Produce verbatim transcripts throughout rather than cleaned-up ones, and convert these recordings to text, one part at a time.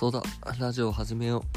そうだ、ラジオ始めよ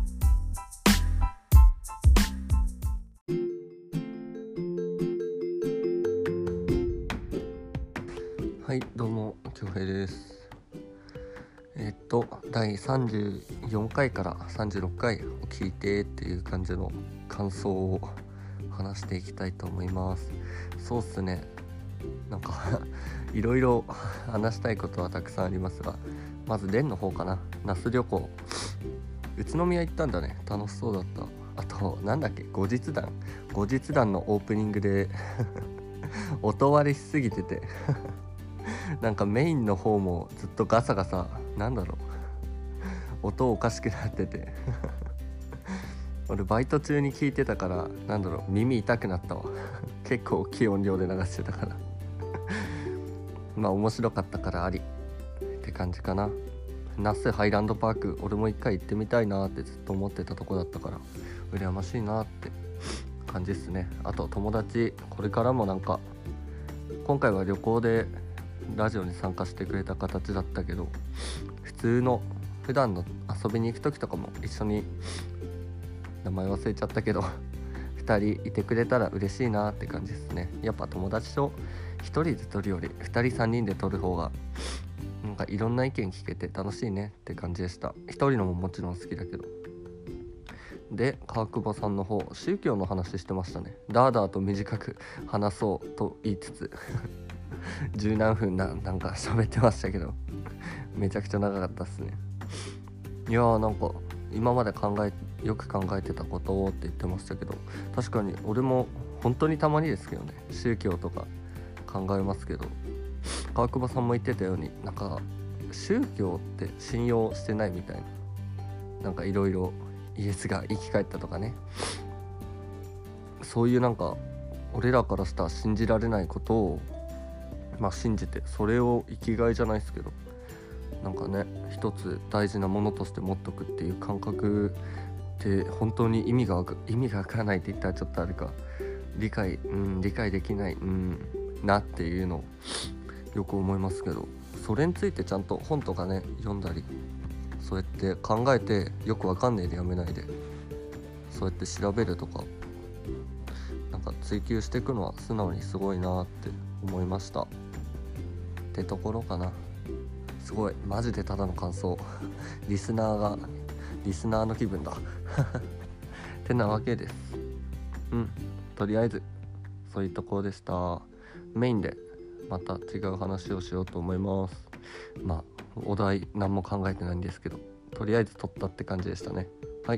う。はい、どうも京平です。えっとだいさんじゅうよんかいからさんじゅうろっかいを聞いてっていう感じの感想を話していきたいと思います。そうっすね、なんかいろいろ話したいことはたくさんありますが、まず蓮の方かな。那須旅行、宇都宮行ったんだね。楽しそうだった。あとなんだっけ、後日談後日談のオープニングで音割れしすぎててなんかメインの方もずっとガサガサ、なんだろう、音おかしくなってて俺バイト中に聞いてたから、なんだろう、耳痛くなったわ結構大きい音量で流してたからまあ面白かったからありって感じかな。那須ハイランドパーク、俺も一回行ってみたいなってずっと思ってたとこだったから羨ましいなって感じですね。あと友達、これからもなんか今回は旅行でラジオに参加してくれた形だったけど、普通の普段の遊びに行く時とかも一緒に、名前忘れちゃったけどふたりいてくれたら嬉しいなって感じですね。やっぱ友達とひとりで撮るよりふたりさんにんで撮る方がなんかいろんな意見聞けて楽しいねって感じでした。ひとりのももちろん好きだけど。で、川久保さんの方、宗教の話してましたね。ダーダーと短く話そうと言いつつ十何分な、なんか喋ってましたけどめちゃくちゃ長かったっすね。いやー、なんか今まで考えよく考えてたことって言ってましたけど、確かに俺も本当にたまにですけどね、宗教とか考えますけど、川久保さんも言ってたように、なんか宗教って信用してないみたいな、なんかいろいろイエスが生き返ったとかね、そういうなんか俺らからしたら信じられないことをまあ信じて、それを生きがいじゃないですけど、なんかね、一つ大事なものとして持っとくっていう感覚って本当に意味がわか意味がわからないって言ったらちょっとあれか、理解うん理解できないうんなっていうのをよく思いますけど、それについてちゃんと本とかね読んだり、そうやって考えてよくわかんねえでやめないで、そうやって調べるとか、なんか追求していくのは素直にすごいなって思いましたってところかな。すごいマジでただの感想リスナーがリスナーの気分だってなわけです。うん、とりあえずそういうところでした。メインでまた違う話をしようと思います。まあお題何も考えてないんですけど、とりあえず撮ったって感じでしたね。はい。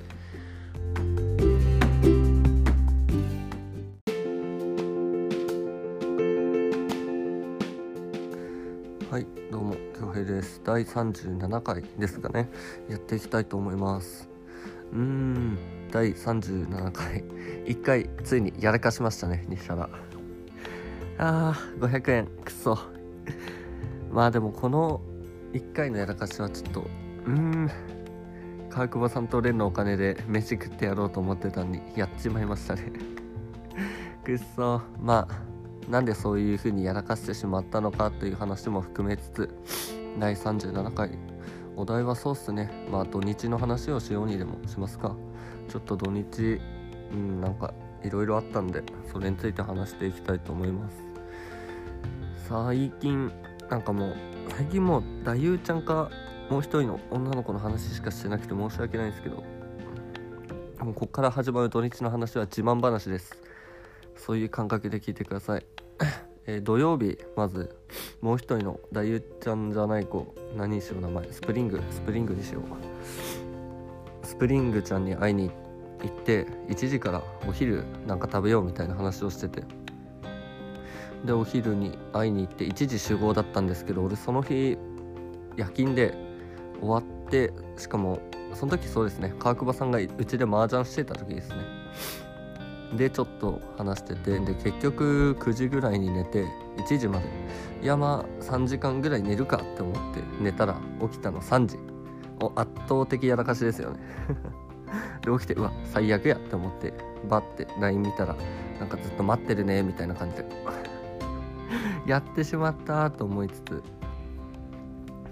はい、どうも京平です。だいさんじゅうななかいですかね、やっていきたいと思います。うーんだいさんじゅうななかい、いっかいついにやらかしましたね、西原。あーごひゃくえんくそまあでもこのいっかいのやらかしはちょっとうーん川久保さんと蓮のお金で飯食ってやろうと思ってたのにやっちまいましたねくっそ。まあなんでそういう風にやらかしてしまったのかという話も含めつつ、だいさんじゅうななかいお題はそうっすね、まあ土日の話をしようにでもしますか。ちょっと土日うんなんかいろいろあったんで、それについて話していきたいと思います。最近なんかもう最近もうだゆうちゃんかもう一人の女の子の話しかしてなくて申し訳ないんですけど、もうこっから始まる土日の話は自慢話です。そういう感覚で聞いてくださいえー、土曜日、まずもう一人のだゆちゃんじゃない子、何にしよう名前、スプリングスプリングにしようスプリングちゃんに会いに行って、いちじからお昼なんか食べようみたいな話をしてて、でお昼に会いに行っていちじ集合だったんですけど、俺その日夜勤で終わって、しかもその時そうですね、川久保さんがうちで麻雀してた時ですね。でちょっと話してて、で結局くじぐらいに寝ていちじまで、いやまあさんじかんぐらい寝るかって思って寝たら起きたのさんじ。お圧倒的やらかしですよねで起きて、うわ最悪やって思ってバッて ライン 見たら、なんかずっと待ってるねみたいな感じでやってしまったと思いつつ、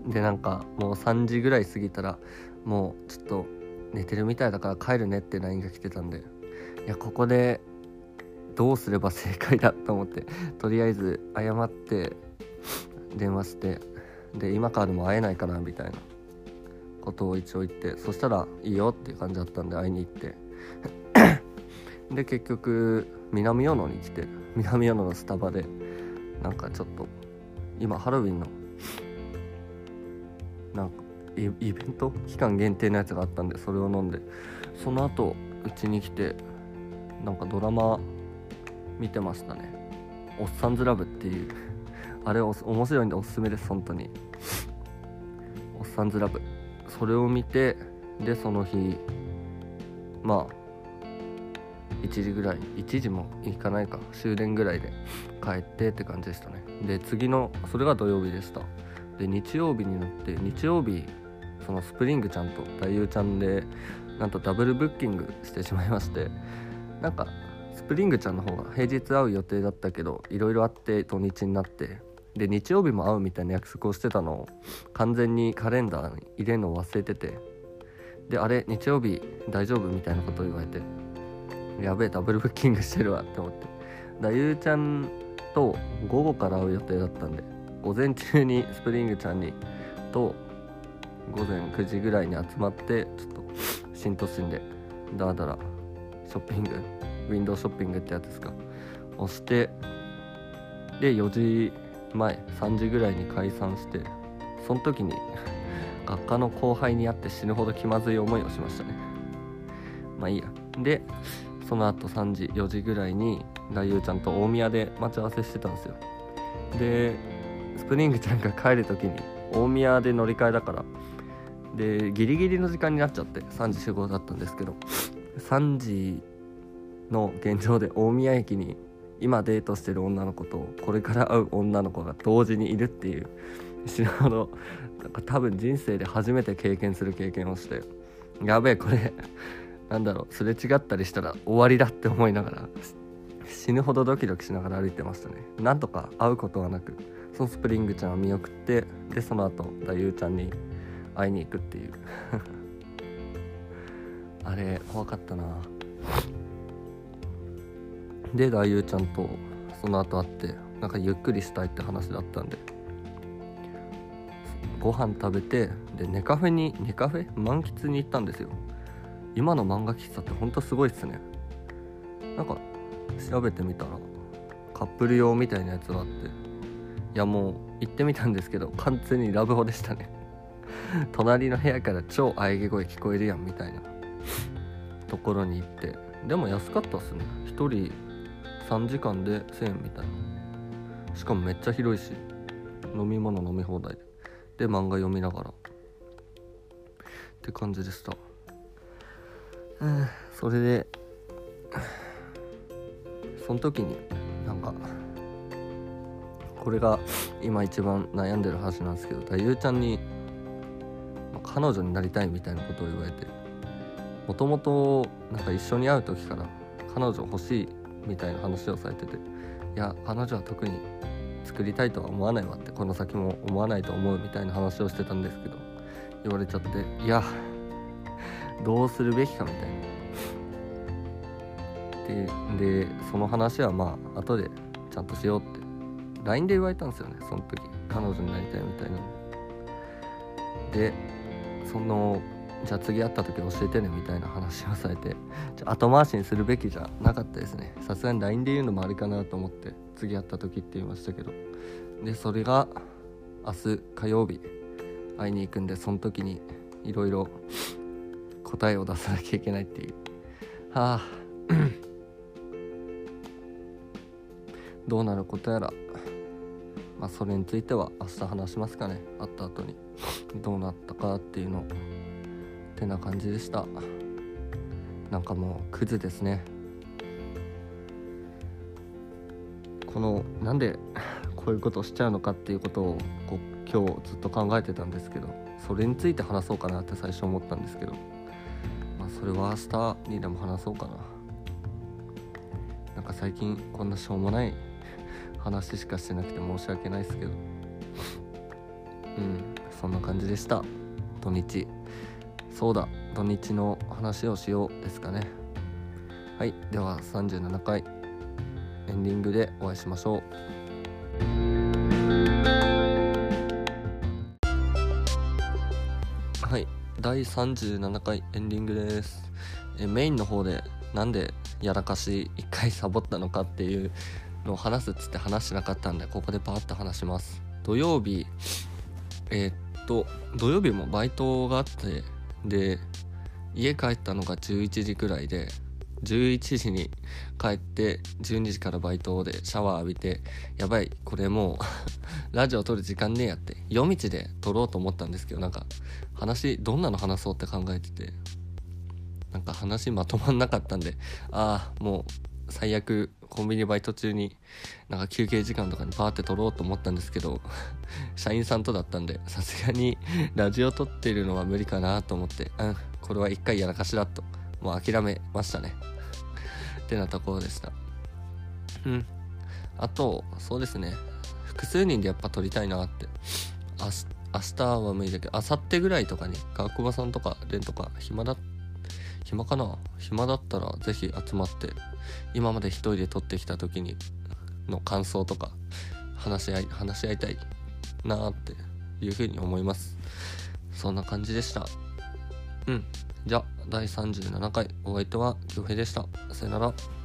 でなんかもうさんじぐらい過ぎたらもうちょっと寝てるみたいだから帰るねって ライン が来てたんで、いやここでどうすれば正解だと思ってとりあえず謝って電話して、で今からでも会えないかなみたいなことを一応言って、そしたらいいよっていう感じだったんで会いに行ってで結局南与野に来て、南与野のスタバでなんかちょっと今ハロウィンのなんかイ, イベント期間限定のやつがあったんでそれを飲んで、その後うちに来てなんかドラマ見てましたね。おっさんずラブっていうあれお面白いんでおすすめです。本当におっさんずラブ、それを見て、でその日まあいちじぐらい、いちじもいかないか終電ぐらいで帰ってって感じでしたね。で次のそれが土曜日でした。で日曜日になって、日曜日そのスプリングちゃんと大優ちゃんでなんとダブルブッキングしてしまいまして、なんかスプリングちゃんの方が平日会う予定だったけどいろいろあって土日になって、で日曜日も会うみたいな約束をしてたのを完全にカレンダーに入れるのを忘れてて、であれ日曜日大丈夫みたいなことを言われて、やべえダブルブッキングしてるわって思って、だゆうちゃんと午後から会う予定だったんで、午前中にスプリングちゃんにと午前くじぐらいに集まってちょっと新都心でだらだらショッピング、ウィンドウショッピングってやつですかをして、でよじまえさんじぐらいに解散して、その時に学科の後輩に会って死ぬほど気まずい思いをしましたね。まあいいや。でその後さんじよじぐらいにだゆうちゃんと大宮で待ち合わせしてたんですよ。でスプリングちゃんが帰る時に大宮で乗り換えだから、でギリギリの時間になっちゃってさんじ集合だったんですけど、さんじの現状で大宮駅に今デートしてる女の子とこれから会う女の子が同時にいるっていう、死ぬほどなんか多分人生で初めて経験する経験をして、やべえこれなんだろうすれ違ったりしたら終わりだって思いながら死ぬほどドキドキしながら歩いてましたね。なんとか会うことはなく、そのスプリングちゃんを見送って、でその後だゆうちゃんに会いに行くっていうあれ怖かったな。でだゆうちゃんとその後会ってなんかゆっくりしたいって話だったんでご飯食べて、でネカフェにネカフェ満喫に行ったんですよ。今の漫画喫茶ってほんとすごいっすね。なんか調べてみたらカップル用みたいなやつがあって、いやもう行ってみたんですけど完全にラブホでしたね隣の部屋から超喘ぎ声聞こえるやんみたいなところに行って、でも安かったっすね。ひとりさんじかんでせんえんみたいな、しかもめっちゃ広いし飲み物飲み放題で、で漫画読みながらって感じでした。それでその時になんかこれが今一番悩んでる話なんですけど、だゆうちゃんに彼女になりたいみたいなことを言われて、もともとなんか一緒に会う時から彼女欲しいみたいな話をされてて、いや彼女は特に作りたいとは思わないわって、この先も思わないと思うみたいな話をしてたんですけど、言われちゃって、いやどうするべきかみたいな。で、でその話はまあ後でちゃんとしようって ライン で言われたんですよね。その時彼女になりたいみたいなで、そのじゃあ次会った時教えてねみたいな話をされて、じゃ後回しにするべきじゃなかったですね。さすがに ライン で言うのもあれかなと思って次会った時って言いましたけど、でそれが明日火曜日会いに行くんで、その時にいろいろ答えを出さなきゃいけないっていう、はあどうなることやら、まあそれについては明日話しますかね。会った後にどうなったかっていうのってな感じでした。なんかもうクズですね。このなんでこういうことをしちゃうのかっていうことをこう今日ずっと考えてたんですけど、それについて話そうかなって最初思ったんですけど、まあそれは明日にでも話そうかな。なんか最近こんなしょうもない話しかしてなくて申し訳ないですけど、うんそんな感じでした。土日、そうだ土日の話をしようですかね。はい、ではさんじゅうななかいエンディングでお会いしましょう。はい、だいさんじゅうななかいエンディングです。えメインの方でなんでやらかしいっかいサボったのかっていうのを話すっつって話してなかったんで、ここでパーッと話します。土曜日えー、っと土曜日もバイトがあって、で家帰ったのがじゅういちじくらいで、じゅういちじに帰ってじゅうにじからバイトでシャワー浴びて、やばいこれもうラジオ撮る時間ねえやって夜道で撮ろうと思ったんですけど、なんか話どんなの話そうって考えてて、なんか話まとまんなかったんで、ああもう最悪コンビニバイト中になんか休憩時間とかにパーって撮ろうと思ったんですけど社員さんとだったんで、さすがにラジオ撮ってるのは無理かなと思って、うんこれは一回やらかしだともう諦めましたねってなところでした。うんあとそうですね、複数人でやっぱ撮りたいなって。あし明日は無理だけど、明後日ぐらいとかに川久保さんとかレンとか暇だ暇かな暇だったらぜひ集まって、今まで一人で撮ってきた時にの感想とか話し合い話し合いたいなーっていうふうに思います。そんな感じでした。うんじゃあだいさんじゅうななかいお相手は京平でした。さよなら。